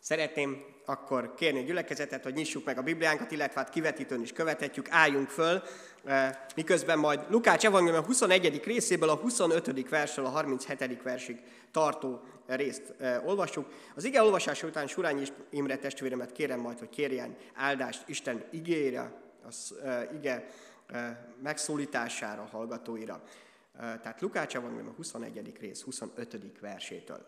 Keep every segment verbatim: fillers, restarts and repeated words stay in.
Szeretném akkor kérni a gyülekezetet, hogy nyissuk meg a Bibliánkat, illetve hát kivetítőn is követhetjük, álljunk föl, miközben majd Lukács evangélium a huszonegyedik részéből a huszonötödik versről a harminchetedik versig tartó részt olvassuk. Az ige olvasása után Surányi Imre testvéremet kérem majd, hogy kérjen áldást Isten igére, az ige megszólítására, hallgatóira. Tehát Lukács evangélium a huszonegyedik rész huszonötödik versétől.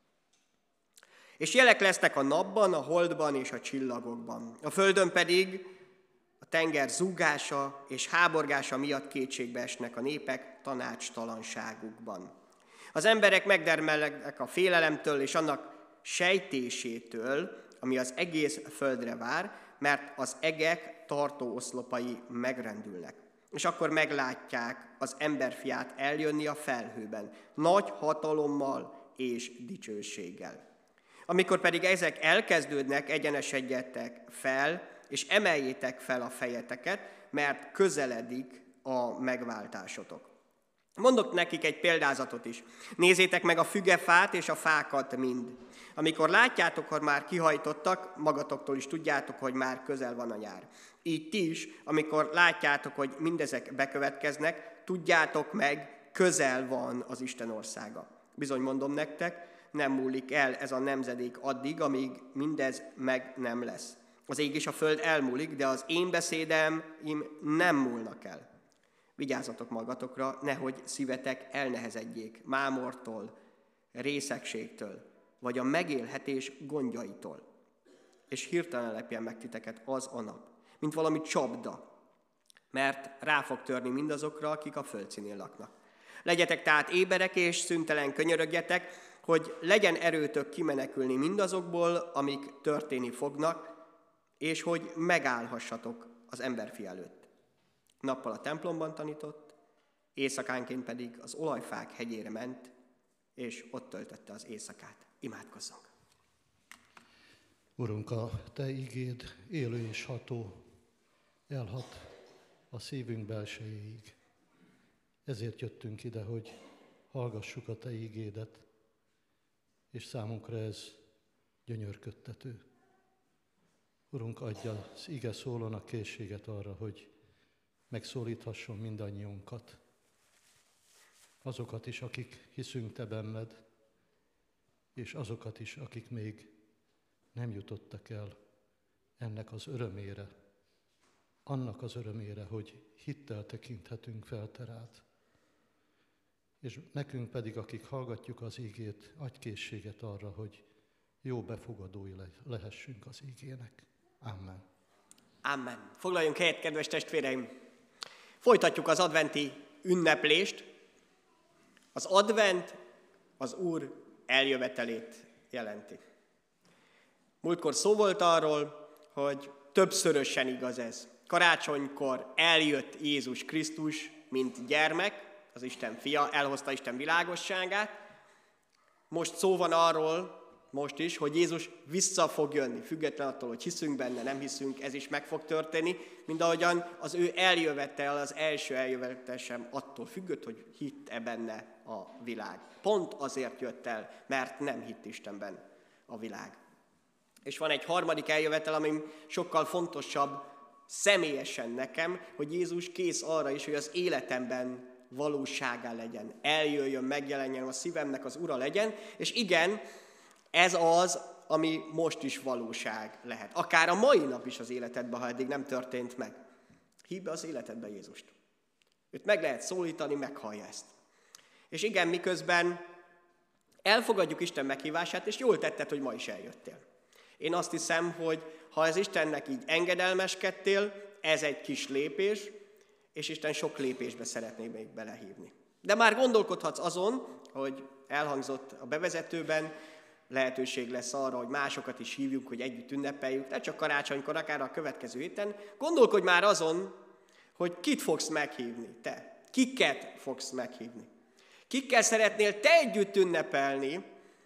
És jelek lesznek a napban, a holdban és a csillagokban. A földön pedig a tenger zúgása és háborgása miatt kétségbe esnek a népek tanácstalanságukban. Az emberek megdermelnek a félelemtől és annak sejtésétől, ami az egész földre vár, mert az egek tartó oszlopai megrendülnek. És akkor meglátják az emberfiát eljönni a felhőben, nagy hatalommal és dicsőséggel. Amikor pedig ezek elkezdődnek, egyenesedjetek fel, és emeljétek fel a fejeteket, mert közeledik a megváltásotok. Mondok nekik egy példázatot is. Nézzétek meg a fügefát és a fákat mind. Amikor látjátok, hogy már kihajtottak, magatoktól is tudjátok, hogy már közel van a nyár. Így ti is, amikor látjátok, hogy mindezek bekövetkeznek, tudjátok meg, közel van az Isten országa. Bizony mondom nektek, nem múlik el ez a nemzedék addig, amíg mindez meg nem lesz. Az ég és a föld elmúlik, de az én beszédeim nem múlnak el. Vigyázzatok magatokra, nehogy szívetek elnehezedjék mámortól, részegségtől, vagy a megélhetés gondjaitól. És hirtelen lepjen meg titeket az a nap, mint valami csapda, mert rá fog törni mindazokra, akik a földszínén laknak. Legyetek tehát éberek és szüntelen könyörögjetek, hogy legyen erőtök kimenekülni mindazokból, amik történni fognak, és hogy megállhassatok az emberfi előtt. Nappal a templomban tanított, éjszakánként pedig az olajfák hegyére ment, és ott töltötte az éjszakát. Imádkozzunk! Urunk, a Te igéd élő és ható, elhat a szívünk belsejéig. Ezért jöttünk ide, hogy hallgassuk a Te igédet, és számunkra ez gyönyörködtető. Urunk, adj az ige szólónak készséget arra, hogy megszólíthasson mindannyiunkat. Azokat is, akik hiszünk Te benned, és azokat is, akik még nem jutottak el ennek az örömére, annak az örömére, hogy hittel tekinthetünk fel Te rád. És nekünk pedig, akik hallgatjuk az ígét, adj készséget arra, hogy jó befogadói lehessünk az ígének. Amen. Amen. Foglaljunk helyet, kedves testvéreim! Folytatjuk az adventi ünneplést. Az advent az Úr eljövetelét jelenti. Múltkor szó volt arról, hogy többszörösen igaz ez. Karácsonykor eljött Jézus Krisztus, mint gyermek, az Isten fia, elhozta Isten világosságát. Most szó van arról, most is, hogy Jézus vissza fog jönni, független attól, hogy hiszünk benne, nem hiszünk, ez is meg fog történni, mint ahogyan az ő eljövetel, az első eljövetel sem attól függött, hogy hitt-e benne a világ. Pont azért jött el, mert nem hitt Istenben a világ. És van egy harmadik eljövetel, ami sokkal fontosabb személyesen nekem, hogy Jézus kész arra is, hogy az életemben valóságá legyen, eljöjjön, megjelenjen, a szívemnek az ura legyen, és igen, ez az, ami most is valóság lehet. Akár a mai nap is az életedben, ha eddig nem történt meg. Hívd be az életedbe Jézust. Őt meg lehet szólítani, meghallja ezt. És igen, miközben elfogadjuk Isten meghívását, és jól tetted, hogy ma is eljöttél. Én azt hiszem, hogy ha ez Istennek így engedelmeskedtél, ez egy kis lépés, és Isten sok lépésbe szeretné még belehívni. De már gondolkodhatsz azon, hogy elhangzott a bevezetőben, lehetőség lesz arra, hogy másokat is hívjuk, hogy együtt ünnepeljük, ne csak karácsonykor, akár a következő héten. Gondolkodj már azon, hogy kit fogsz meghívni, te. Kiket fogsz meghívni. Kikkel szeretnél te együtt ünnepelni,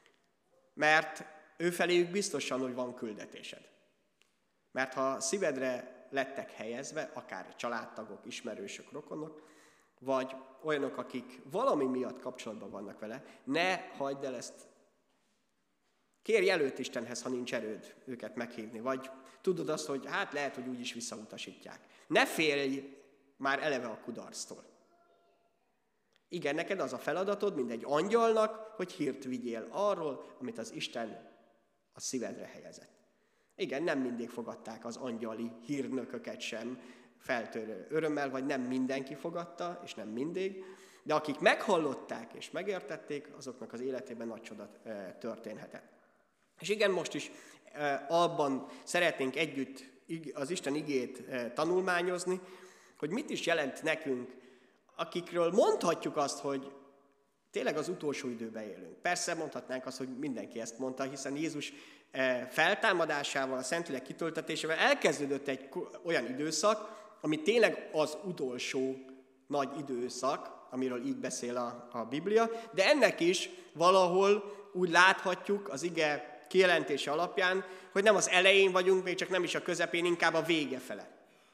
mert őfeléjük biztosan, hogy van küldetésed. Mert ha szívedre lettek helyezve, akár családtagok, ismerősök, rokonok, vagy olyanok, akik valami miatt kapcsolatban vannak vele, ne hagyd el ezt Kérj előtt Istenhez, ha nincs erőd őket meghívni, vagy tudod azt, hogy hát lehet, hogy úgyis visszautasítják. Ne félj már eleve a kudarctól. Igen, neked az a feladatod, mint egy angyalnak, hogy hírt vigyél arról, amit az Isten a szívedre helyezett. Igen, nem mindig fogadták az angyali hírnököket sem feltörő örömmel, vagy nem mindenki fogadta, és nem mindig, de akik meghallották és megértették, azoknak az életében nagy csoda történhetett. És igen, most is abban szeretnénk együtt az Isten igét tanulmányozni, hogy mit is jelent nekünk, akikről mondhatjuk azt, hogy tényleg az utolsó időben élünk. Persze mondhatnánk azt, hogy mindenki ezt mondta, hiszen Jézus feltámadásával, a Szentlélek kitöltetésével elkezdődött egy olyan időszak, ami tényleg az utolsó nagy időszak, amiről így beszél a, a Biblia, de ennek is valahol úgy láthatjuk az ige kijelentése alapján, hogy nem az elején vagyunk, még csak nem is a közepén, inkább a vége fele.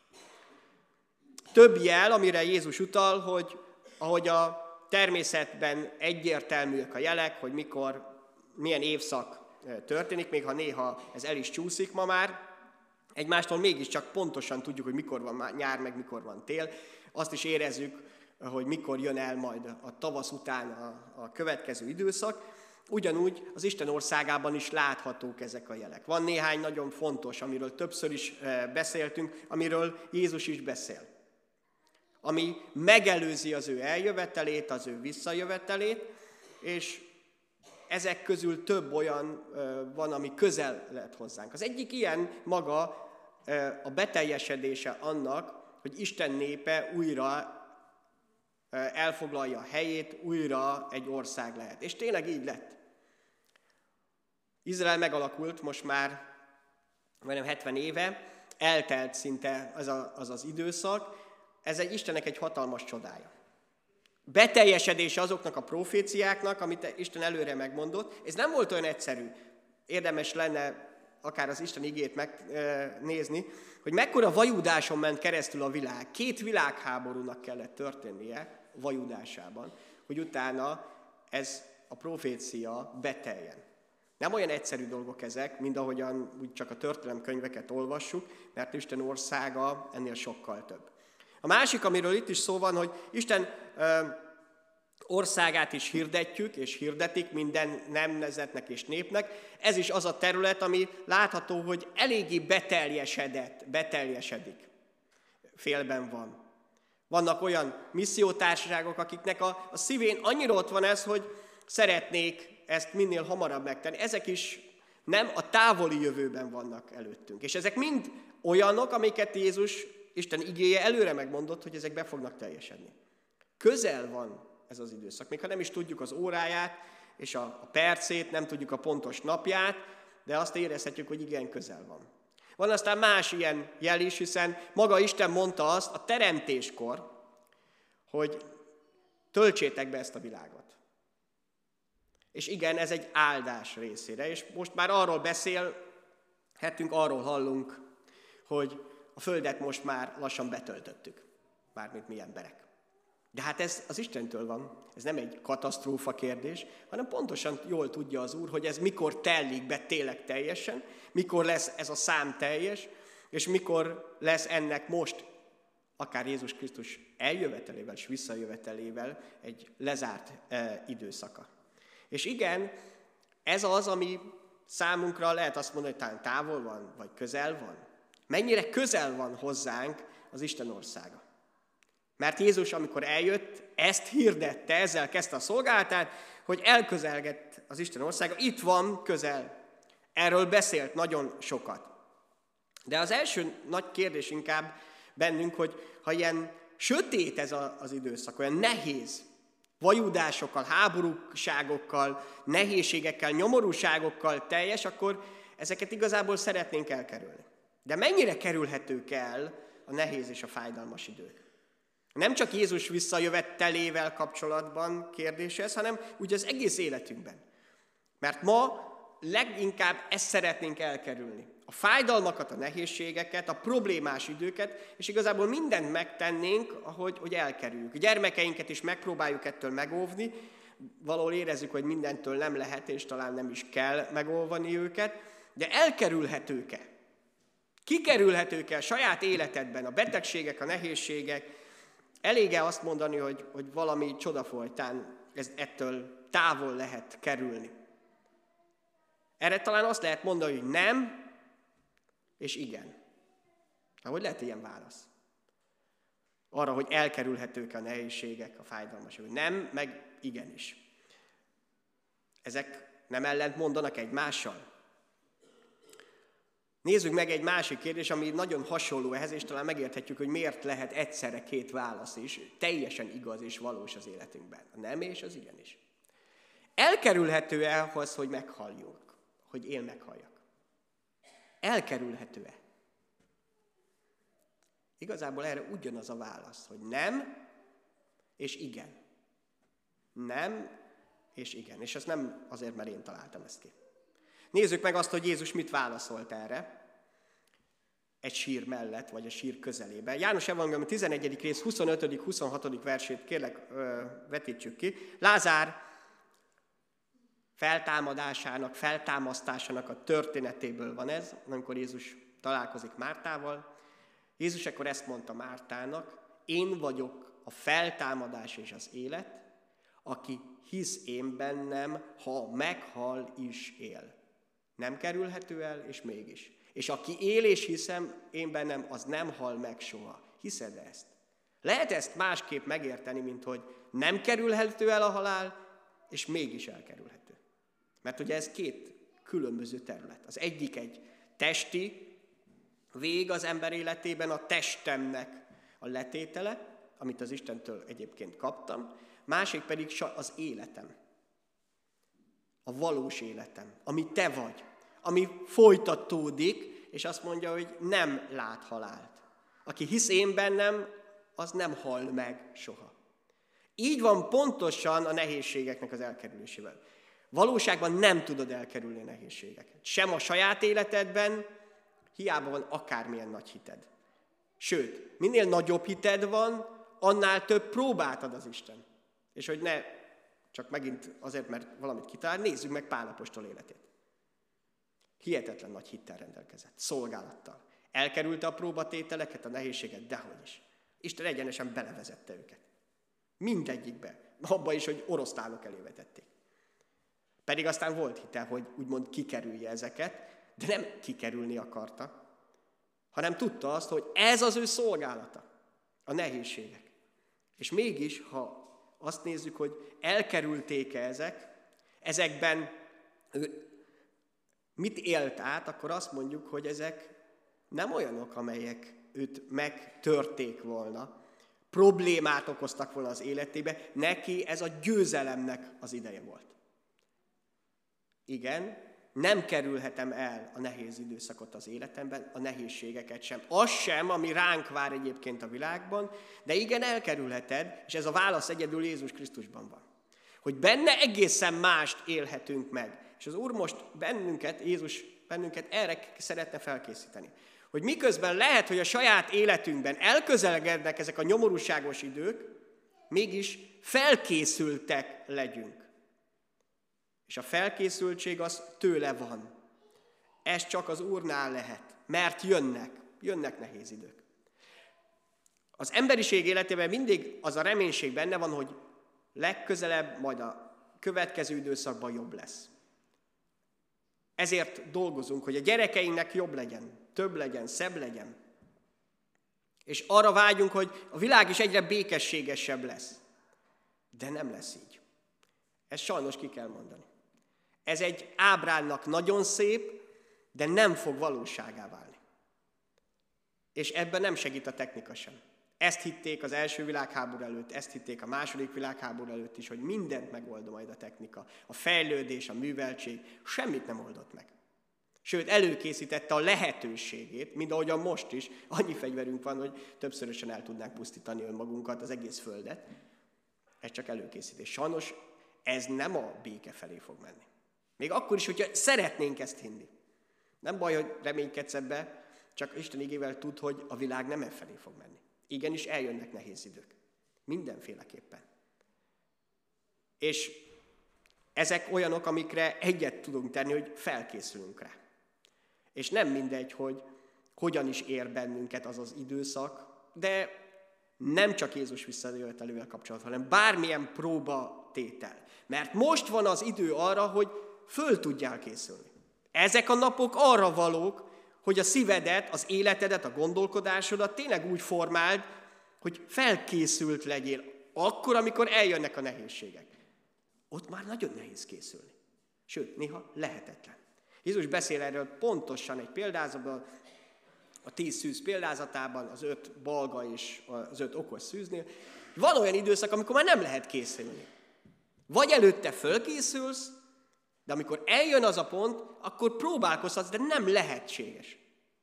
Több jel, amire Jézus utal, hogy ahogy a természetben egyértelműek a jelek, hogy mikor, milyen évszak történik, még ha néha ez el is csúszik ma már, egymástól mégiscsak pontosan tudjuk, hogy mikor van nyár, meg mikor van tél. Azt is érezzük, hogy mikor jön el majd a tavasz után a, a következő időszak. Ugyanúgy az Isten országában is láthatók ezek a jelek. Van néhány nagyon fontos, amiről többször is beszéltünk, amiről Jézus is beszél. Ami megelőzi az ő eljövetelét, az ő visszajövetelét, és ezek közül több olyan van, ami közel lett hozzánk. Az egyik ilyen maga a beteljesedése annak, hogy Isten népe újra elfoglalja a helyét, újra egy ország lehet. És tényleg így lett. Izrael megalakult most már majdnem hetven éve, eltelt szinte az, a, az az időszak, ez egy Istennek egy hatalmas csodája. Beteljesedése azoknak a proféciáknak, amit Isten előre megmondott, ez nem volt olyan egyszerű. Érdemes lenne akár az Isten igét megnézni, hogy mekkora vajudáson ment keresztül a világ. Két világháborúnak kellett történnie vajudásában, hogy utána ez a profécia beteljen. Nem olyan egyszerű dolgok ezek, mint ahogyan úgy csak a történelemkönyveket olvassuk, mert Isten országa ennél sokkal több. A másik, amiről itt is szó van, hogy Isten ö, országát is hirdetjük, és hirdetik minden nemzetnek és népnek. Ez is az a terület, ami látható, hogy eléggé beteljesedett, beteljesedik. Félben van. Vannak olyan missziótársaságok, akiknek a, a szívén annyira ott van ez, hogy szeretnék ezt minél hamarabb megtenni. Ezek is nem a távoli jövőben vannak előttünk. És ezek mind olyanok, amiket Jézus Isten igéje előre megmondott, hogy ezek be fognak teljesedni. Közel van ez az időszak. Még ha nem is tudjuk az óráját és a, a percét, nem tudjuk a pontos napját, de azt érezhetjük, hogy igen, közel van. Van aztán más ilyen jel is, hiszen maga Isten mondta azt a teremtéskor, hogy töltsétek be ezt a világot. És igen, ez egy áldás részére, és most már arról beszélhetünk, arról hallunk, hogy a földet most már lassan betöltöttük, mármint mi emberek. De hát ez az Istentől van, ez nem egy katasztrófa kérdés, hanem pontosan jól tudja az Úr, hogy ez mikor telik be tényleg teljesen, mikor lesz ez a szám teljes, és mikor lesz ennek most, akár Jézus Krisztus eljövetelével és visszajövetelével egy lezárt e, időszaka. És igen, ez az, ami számunkra lehet azt mondani, hogy talán távol van, vagy közel van. Mennyire közel van hozzánk az Isten országa. Mert Jézus, amikor eljött, ezt hirdette, ezzel kezdte a szolgálatát, hogy elközelgett az Isten országa, itt van közel. Erről beszélt nagyon sokat. De az első nagy kérdés inkább bennünk, hogy ha ilyen sötét ez az időszak, olyan nehéz, vajudásokkal, háborúságokkal, nehézségekkel, nyomorúságokkal teljes, akkor ezeket igazából szeretnénk elkerülni. De mennyire kerülhetők el a nehéz és a fájdalmas idők? Nem csak Jézus visszajövetelével kapcsolatban kérdés ez, hanem úgy az egész életünkben. Mert ma leginkább ezt szeretnénk elkerülni. A fájdalmakat, a nehézségeket, a problémás időket, és igazából mindent megtennénk, ahogy hogy elkerüljük. A gyermekeinket is megpróbáljuk ettől megóvni, valahol érezzük, hogy mindentől nem lehet, és talán nem is kell megolvani őket, de elkerülhetők-e? Kikerülhetők-e a saját életedben a betegségek, a nehézségek? Elég-e azt mondani, hogy, hogy valami csodafolytán ez ettől távol lehet kerülni? Erre talán azt lehet mondani, hogy nem, és igen. Ahogy lehet ilyen válasz? Arra, hogy elkerülhetők a nehézségek, a fájdalmasok. Nem, meg igenis. Ezek nem ellent mondanak egymással? Nézzük meg egy másik kérdés, ami nagyon hasonló ehhez, és talán megérthetjük, hogy miért lehet egyszerre két válasz is teljesen igaz és valós az életünkben. A nem és az igenis. Elkerülhető-e az, hogy meghaljuk, hogy én meghalljak? Elkerülhető-e? Igazából erre ugyanaz a válasz, hogy nem és igen. Nem és igen. És ez nem azért, mert én találtam ezt ki. Nézzük meg azt, hogy Jézus mit válaszolt erre. Egy sír mellett, vagy a sír közelében. János Evangélium tizenegyedik rész huszonötödik-huszonhatodik versét kérlek ö, vetítsük ki. Lázár feltámadásának, feltámasztásának a történetéből van ez, amikor Jézus találkozik Mártával. Jézus akkor ezt mondta Mártának, én vagyok a feltámadás és az élet, aki hisz én bennem, ha meghal is él. Nem kerülhető el, és mégis. És aki él és hiszem én bennem, az nem hal meg soha. Hiszed ezt? Lehet ezt másképp megérteni, mint hogy nem kerülhető el a halál, és mégis elkerülhető. Mert ugye ez két különböző terület. Az egyik egy testi vég az ember életében, a testemnek a letétele, amit az Istentől egyébként kaptam, másik pedig az életem. A valós életem, ami te vagy, ami folytatódik, és azt mondja, hogy nem lát halált. Aki hisz én bennem, az nem hal meg soha. Így van pontosan a nehézségeknek az elkerülésével. Valóságban nem tudod elkerülni a nehézségeket. Sem a saját életedben, hiába van akármilyen nagy hited. Sőt, minél nagyobb hited van, annál több próbát ad az Isten. És hogy ne, csak megint azért, mert valamit kitál, nézzük meg Pál apostol életét. Hihetetlen nagy hittel rendelkezett, szolgálattal. Elkerülte a próbatételeket, a nehézséget, dehogy is. Isten egyenesen belevezette őket. Mindegyikbe. Abba is, hogy oroszlánok elé vetették. Pedig aztán volt hite, hogy úgymond kikerülje ezeket, de nem kikerülni akarta, hanem tudta azt, hogy ez az ő szolgálata, a nehézségek. És mégis, ha azt nézzük, hogy elkerülték-e ezek, ezekben ő mit élt át, akkor azt mondjuk, hogy ezek nem olyanok, amelyek őt megtörték volna, problémát okoztak volna az életébe, neki ez a győzelemnek az ideje volt. Igen, nem kerülhetem el a nehéz időszakot az életemben, a nehézségeket sem. Az sem, ami ránk vár egyébként a világban, de igen, elkerülheted, és ez a válasz egyedül Jézus Krisztusban van. Hogy benne egészen mást élhetünk meg. És az Úr most bennünket, Jézus bennünket erre szeretne felkészíteni. Hogy miközben lehet, hogy a saját életünkben elközelegednek ezek a nyomorúságos idők, mégis felkészültek legyünk. És a felkészültség az tőle van. Ez csak az Úrnál lehet, mert jönnek, jönnek nehéz idők. Az emberiség életében mindig az a reménység benne van, hogy legközelebb, majd a következő időszakban jobb lesz. Ezért dolgozunk, hogy a gyerekeinknek jobb legyen, több legyen, szebb legyen. És arra vágyunk, hogy a világ is egyre békességesebb lesz. De nem lesz így. Ezt sajnos ki kell mondani. Ez egy ábránnak nagyon szép, de nem fog valóságá válni. És ebben nem segít a technika sem. Ezt hitték az első világháború előtt, ezt hitték a második világháború előtt is, hogy mindent megold majd a technika. A fejlődés, a műveltség semmit nem oldott meg. Sőt, előkészítette a lehetőségét, mint ahogyan most is, annyi fegyverünk van, hogy többszörösen el tudnánk pusztítani önmagunkat, az egész földet. Ez csak előkészítés. Sajnos ez nem a béke felé fog menni. Még akkor is, hogyha szeretnénk ezt hinni. Nem baj, hogy reménykedsz ebbe, csak Isten igével tud, hogy a világ nem e felé fog menni. Igenis eljönnek nehéz idők. Mindenféleképpen. És Ezek olyanok, amikre egyet tudunk tenni, hogy felkészülünk rá. És nem mindegy, hogy hogyan is ér bennünket az az időszak, de nem csak Jézus visszajövetelével kapcsolatban, hanem bármilyen próbatétel. Mert most van az idő arra, hogy föl tudjál készülni. Ezek a napok arra valók, hogy a szívedet, az életedet, a gondolkodásodat tényleg úgy formáld, hogy felkészült legyél akkor, amikor eljönnek a nehézségek. Ott már nagyon nehéz készülni. Sőt, néha lehetetlen. Jézus beszél erről pontosan egy példázatban, a tíz szűz példázatában, az öt balga és az öt okos szűznél. Van olyan időszak, amikor már nem lehet készülni. Vagy előtte fölkészülsz, de amikor eljön az a pont, akkor próbálkozhatsz, de nem lehetséges.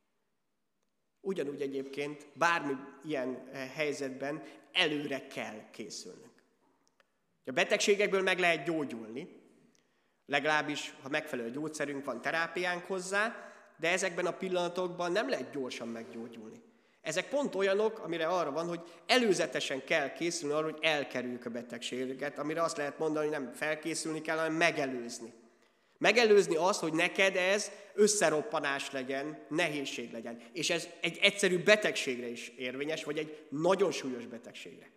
Ugyanúgy egyébként bármi ilyen helyzetben előre kell készülnünk. A betegségekből meg lehet gyógyulni, legalábbis, ha megfelelő gyógyszerünk van, terápiánk hozzá, de ezekben a pillanatokban nem lehet gyorsan meggyógyulni. Ezek pont olyanok, amire arra van, hogy előzetesen kell készülni arra, hogy elkerüljük a betegségeket, amire azt lehet mondani, hogy nem felkészülni kell, hanem megelőzni. Megelőzni azt, hogy neked ez összeroppanás legyen, nehézség legyen. És ez egy egyszerű betegségre is érvényes, vagy egy nagyon súlyos betegségre.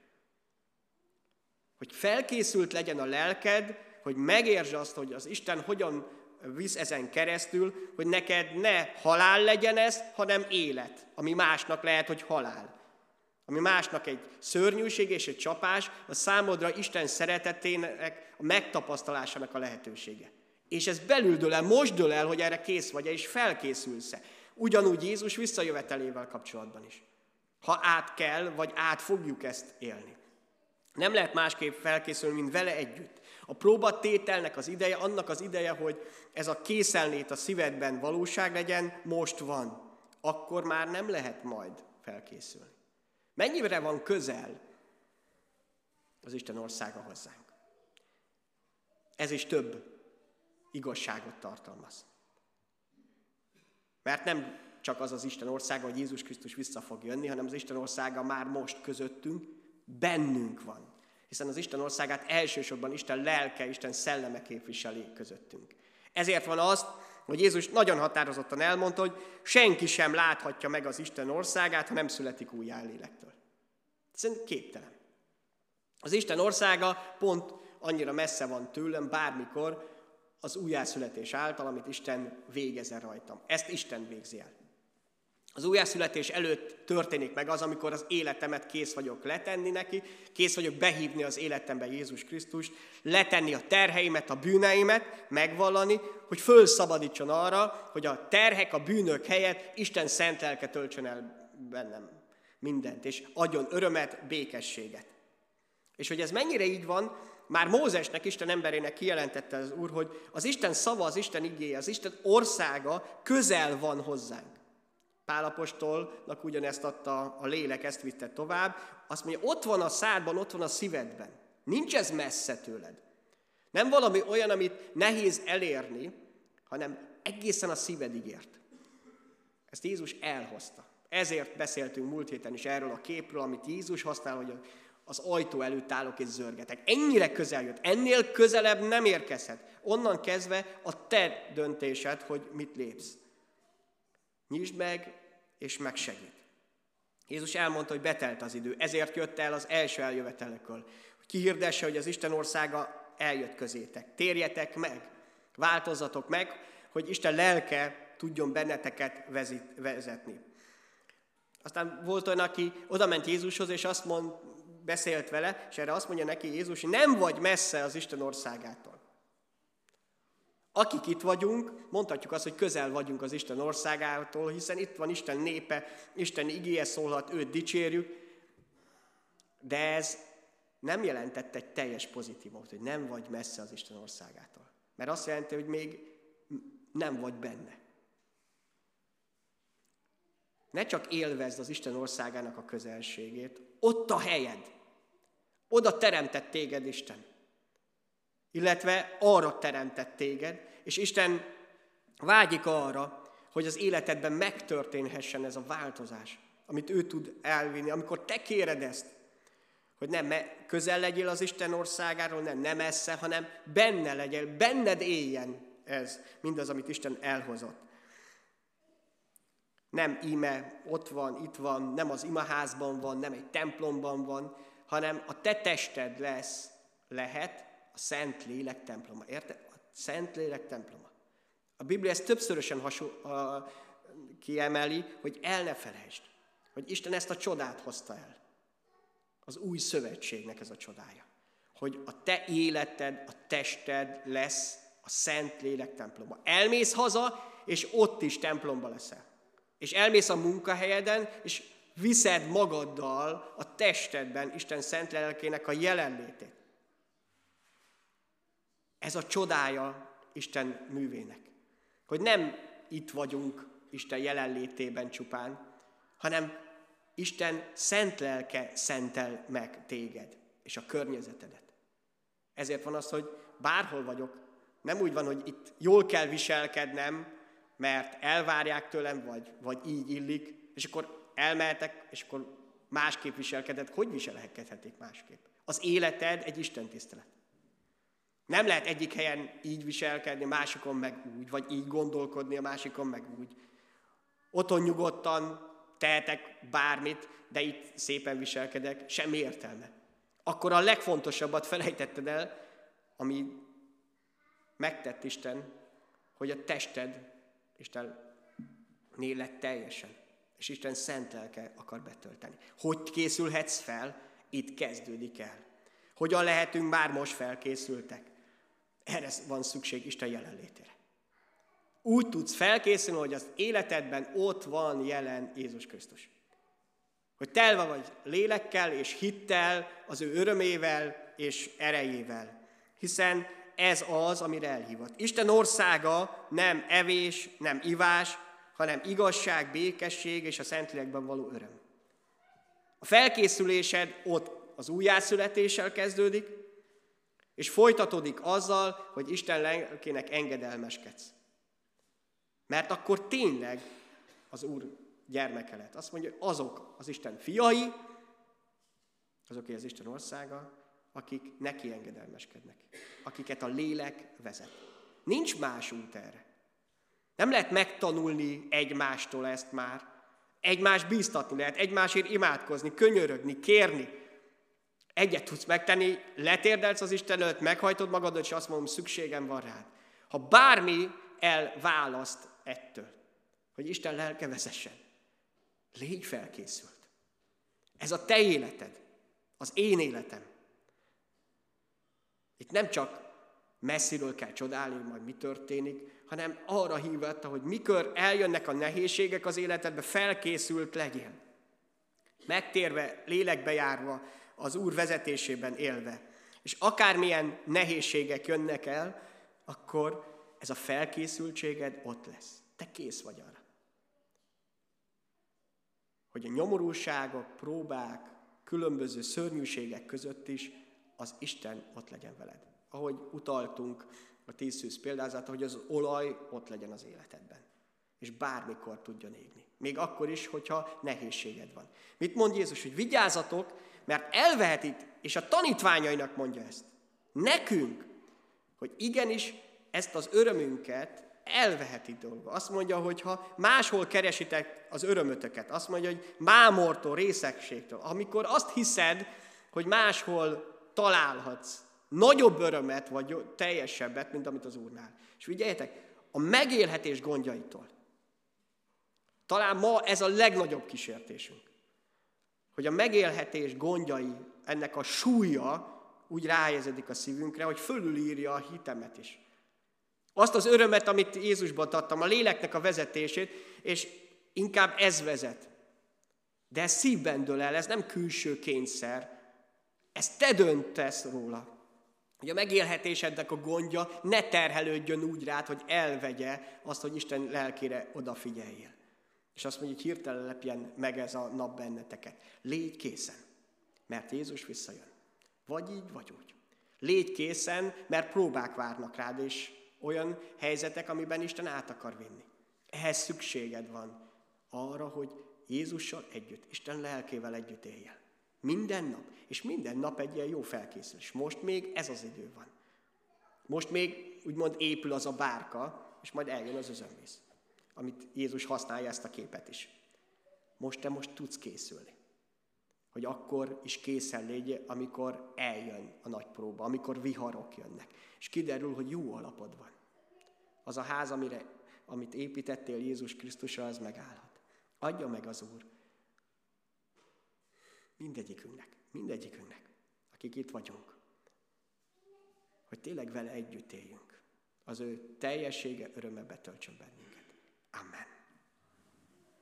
Hogy felkészült legyen a lelked, hogy megértsd azt, hogy az Isten hogyan visz ezen keresztül, hogy neked ne halál legyen ez, hanem élet, ami másnak lehet, hogy halál. Ami másnak egy szörnyűség és egy csapás, a számodra Isten szeretetének a megtapasztalásának a lehetősége. És ez belül dől el, most dől el, hogy erre kész vagy, és felkészülsz-e. Ugyanúgy Jézus visszajövetelével kapcsolatban is. Ha át kell, vagy át fogjuk ezt élni. Nem lehet másképp felkészülni, mint vele együtt. A próbatételnek az ideje, annak az ideje, hogy ez a készenlét a szívedben valóság legyen, most van. Akkor már nem lehet majd felkészülni. Mennyire van közel az Isten országa hozzánk? Ez is több igazságot tartalmaz. Mert nem csak az az Isten országa, hogy Jézus Krisztus vissza fog jönni, hanem az Isten országa már most közöttünk, bennünk van. Hiszen az Isten országát elsősorban Isten lelke, Isten szelleme képviseli közöttünk. Ezért van az, hogy Jézus nagyon határozottan elmondta, hogy senki sem láthatja meg az Isten országát, ha nem születik újjá lélektől. Szerintem képtelen. Az Isten országa pont annyira messze van tőlem bármikor az újjászületés által, amit Isten végez el rajtam. Ezt Isten végzi el. Az újjászületés előtt történik meg az, amikor az életemet kész vagyok letenni neki, kész vagyok behívni az életembe Jézus Krisztust, letenni a terheimet, a bűneimet, megvallani, hogy fölszabadítson arra, hogy a terhek, a bűnök helyett Isten szent lelke töltsön el bennem mindent, és adjon örömet, békességet. És hogy ez mennyire így van, már Mózesnek, Isten emberének kijelentette az Úr, hogy az Isten szava, az Isten igéje, az Isten országa közel van hozzánk. Pál apostolnak ugyanezt adta a lélek, ezt vitte tovább. Azt mondja, ott van a szádban, ott van a szívedben. Nincs ez messze tőled. Nem valami olyan, amit nehéz elérni, hanem egészen a szívedig ért. Ezt Jézus elhozta. Ezért beszéltünk múlt héten is erről a képről, amit Jézus használ, hogy az ajtó előtt állok és zörgetek. Ennyire közel jött. Ennél közelebb nem érkezhet. Onnan kezdve a te döntésed, hogy mit lépsz. Nyisd meg, és megsegít. Jézus elmondta, hogy betelt az idő, ezért jött el az első eljövetelekről. Hogy kihirdesse, hogy az Isten országa eljött közétek. Térjetek meg, változzatok meg, hogy Isten lelke tudjon benneteket vezetni. Aztán volt olyan, aki odament Jézushoz, és azt mond, beszélt vele, és erre azt mondja neki Jézus, hogy nem vagy messze az Isten országától. Akik itt vagyunk, mondhatjuk azt, hogy közel vagyunk az Isten országától, hiszen itt van Isten népe, Isten igéje szólhat, őt dicsérjük, de ez nem jelentett egy teljes pozitívumot, hogy nem vagy messze az Isten országától. Mert azt jelenti, hogy még nem vagy benne. Ne csak élvezd az Isten országának a közelségét, ott a helyed. Oda teremtett téged Isten. Illetve arra teremtett téged, és Isten vágyik arra, hogy az életedben megtörténhessen ez a változás, amit ő tud elvinni, amikor te kéred ezt, Hogy nem közel legyél az Isten országáról, nem, nem messze, hanem benne legyél, benned éljen ez, mindaz, amit Isten elhozott. Nem íme ott van, itt van, nem az imaházban van, nem egy templomban van, hanem a te tested lesz, lehet a Szent Lélek temploma. Érted? A Szent Lélek temploma. A Biblia ezt többszörösen hasonl- a, kiemeli, hogy el ne felejtsd, hogy Isten ezt a csodát hozta el. Az új szövetségnek ez a csodája. Hogy a te életed, a tested lesz a Szent Lélek temploma. Elmész haza, és ott is templomba leszel. És elmész a munkahelyeden, és viszed magaddal a testedben Isten szent lelkének a jelenlétét. Ez a csodája Isten művének. Hogy nem itt vagyunk Isten jelenlétében csupán, hanem Isten szent lelke szentel meg téged és a környezetedet. Ezért van az, hogy bárhol vagyok, nem úgy van, hogy itt jól kell viselkednem, mert elvárják tőlem, vagy, vagy így illik, és akkor elmehetek, és akkor másképp viselkedett. Hogy viselkedhetik másképp? Az életed egy Isten tisztelet. Nem lehet egyik helyen így viselkedni, másikon meg úgy, vagy így gondolkodni, a másikon meg úgy. Otthon nyugodtan tehetek bármit, de itt szépen viselkedek, semmi értelme. Akkor a legfontosabbat felejtetted el, ami megtett Isten, hogy a tested Istennél lett teljesen, és Isten szent lelke akar betölteni. Hogy készülhetsz fel? Itt kezdődik el. Hogyan lehetünk már most felkészültek? Erre van szükség Isten jelenlétére. Úgy tudsz felkészülni, hogy az életedben ott van jelen Jézus Krisztus. Hogy telve vagy lélekkel és hittel, az ő örömével és erejével. Hiszen ez az, amire elhívott. Isten országa nem evés, nem ivás, hanem igazság, békesség és a Szentlélekben való öröm. A felkészülésed ott az újjászületéssel kezdődik, és folytatódik azzal, hogy Isten lelkének engedelmeskedsz. Mert akkor tényleg az Úr gyermeke lett. Azt mondja, hogy azok az Isten fiai, azoké az Isten országa, akik neki engedelmeskednek, akiket a lélek vezet. Nincs más út erre. Nem lehet megtanulni egymástól ezt már. Egymást bíztatni lehet, egymásért imádkozni, könyörögni, kérni. Egyet tudsz megtenni, letérdelsz az Isten előtt, meghajtod magadat, és azt mondom, szükségem van rád. Ha bármi elválaszt ettől, hogy Isten lelke vezessen, légy felkészült. Ez a te életed, az én életem. Itt nem csak messziről kell csodálni, hogy majd mi történik, hanem arra hívott, hogy mikor eljönnek a nehézségek az életedbe, felkészült legyél. Megtérve, lélekbe járva, az Úr vezetésében élve. És akármilyen nehézségek jönnek el, akkor ez a felkészültséged ott lesz. Te kész vagy arra. Hogy a nyomorúságok, próbák, különböző szörnyűségek között is az Isten ott legyen veled. Ahogy utaltunk a tíz szűz példázata, hogy az olaj ott legyen az életedben. És bármikor tudjon égni. Még akkor is, hogyha nehézséged van. Mit mond Jézus? Hogy vigyázzatok, mert elvehetik, és a tanítványainak mondja ezt. Nekünk, hogy igenis ezt az örömünket elveheti dolga. Azt mondja, hogy ha máshol keresitek az örömötöket, azt mondja, hogy mámortól, részegségtől, amikor azt hiszed, hogy máshol találhatsz nagyobb örömet, vagy teljesebbet, mint amit az Úrnál. És figyeljetek, a megélhetés gondjaitól. Talán ma ez a legnagyobb kísértésünk. Hogy a megélhetés gondjai, ennek a súlya úgy ráhelyeződik a szívünkre, hogy fölülírja a hitemet is. Azt az örömet, amit Jézusban adtam, a léleknek a vezetését, és inkább ez vezet. De ez szívben dől el, ez nem külső kényszer. Ez te döntesz róla. Hogy a megélhetésednek a gondja ne terhelődjön úgy rád, hogy elvegye azt, hogy Isten lelkére odafigyeljél. És azt mondja, hogy hirtelen lepjen meg ez a nap benneteket. Légy készen, mert Jézus visszajön. Vagy így, vagy úgy. Légy készen, mert próbák várnak rád, és olyan helyzetek, amiben Isten át akar vinni. Ehhez szükséged van arra, hogy Jézussal együtt, Isten lelkével együtt éljél. Minden nap. És minden nap egy ilyen jó felkészülés. Most még ez az idő van. Most még úgymond épül az a bárka, és majd eljön az özönvíz. Amit Jézus használja ezt a képet is. Most te most tudsz készülni. Hogy akkor is készen légy, amikor eljön a nagy próba, amikor viharok jönnek. És kiderül, hogy jó alapod van. Az a ház, amire, amit építettél Jézus Krisztusra, az megállhat. Adja meg az Úr. Mindegyikünknek, mindegyikünknek, akik itt vagyunk. Hogy tényleg vele együtt éljünk. Az ő teljessége örömbe betöltsön bennünket. Amen.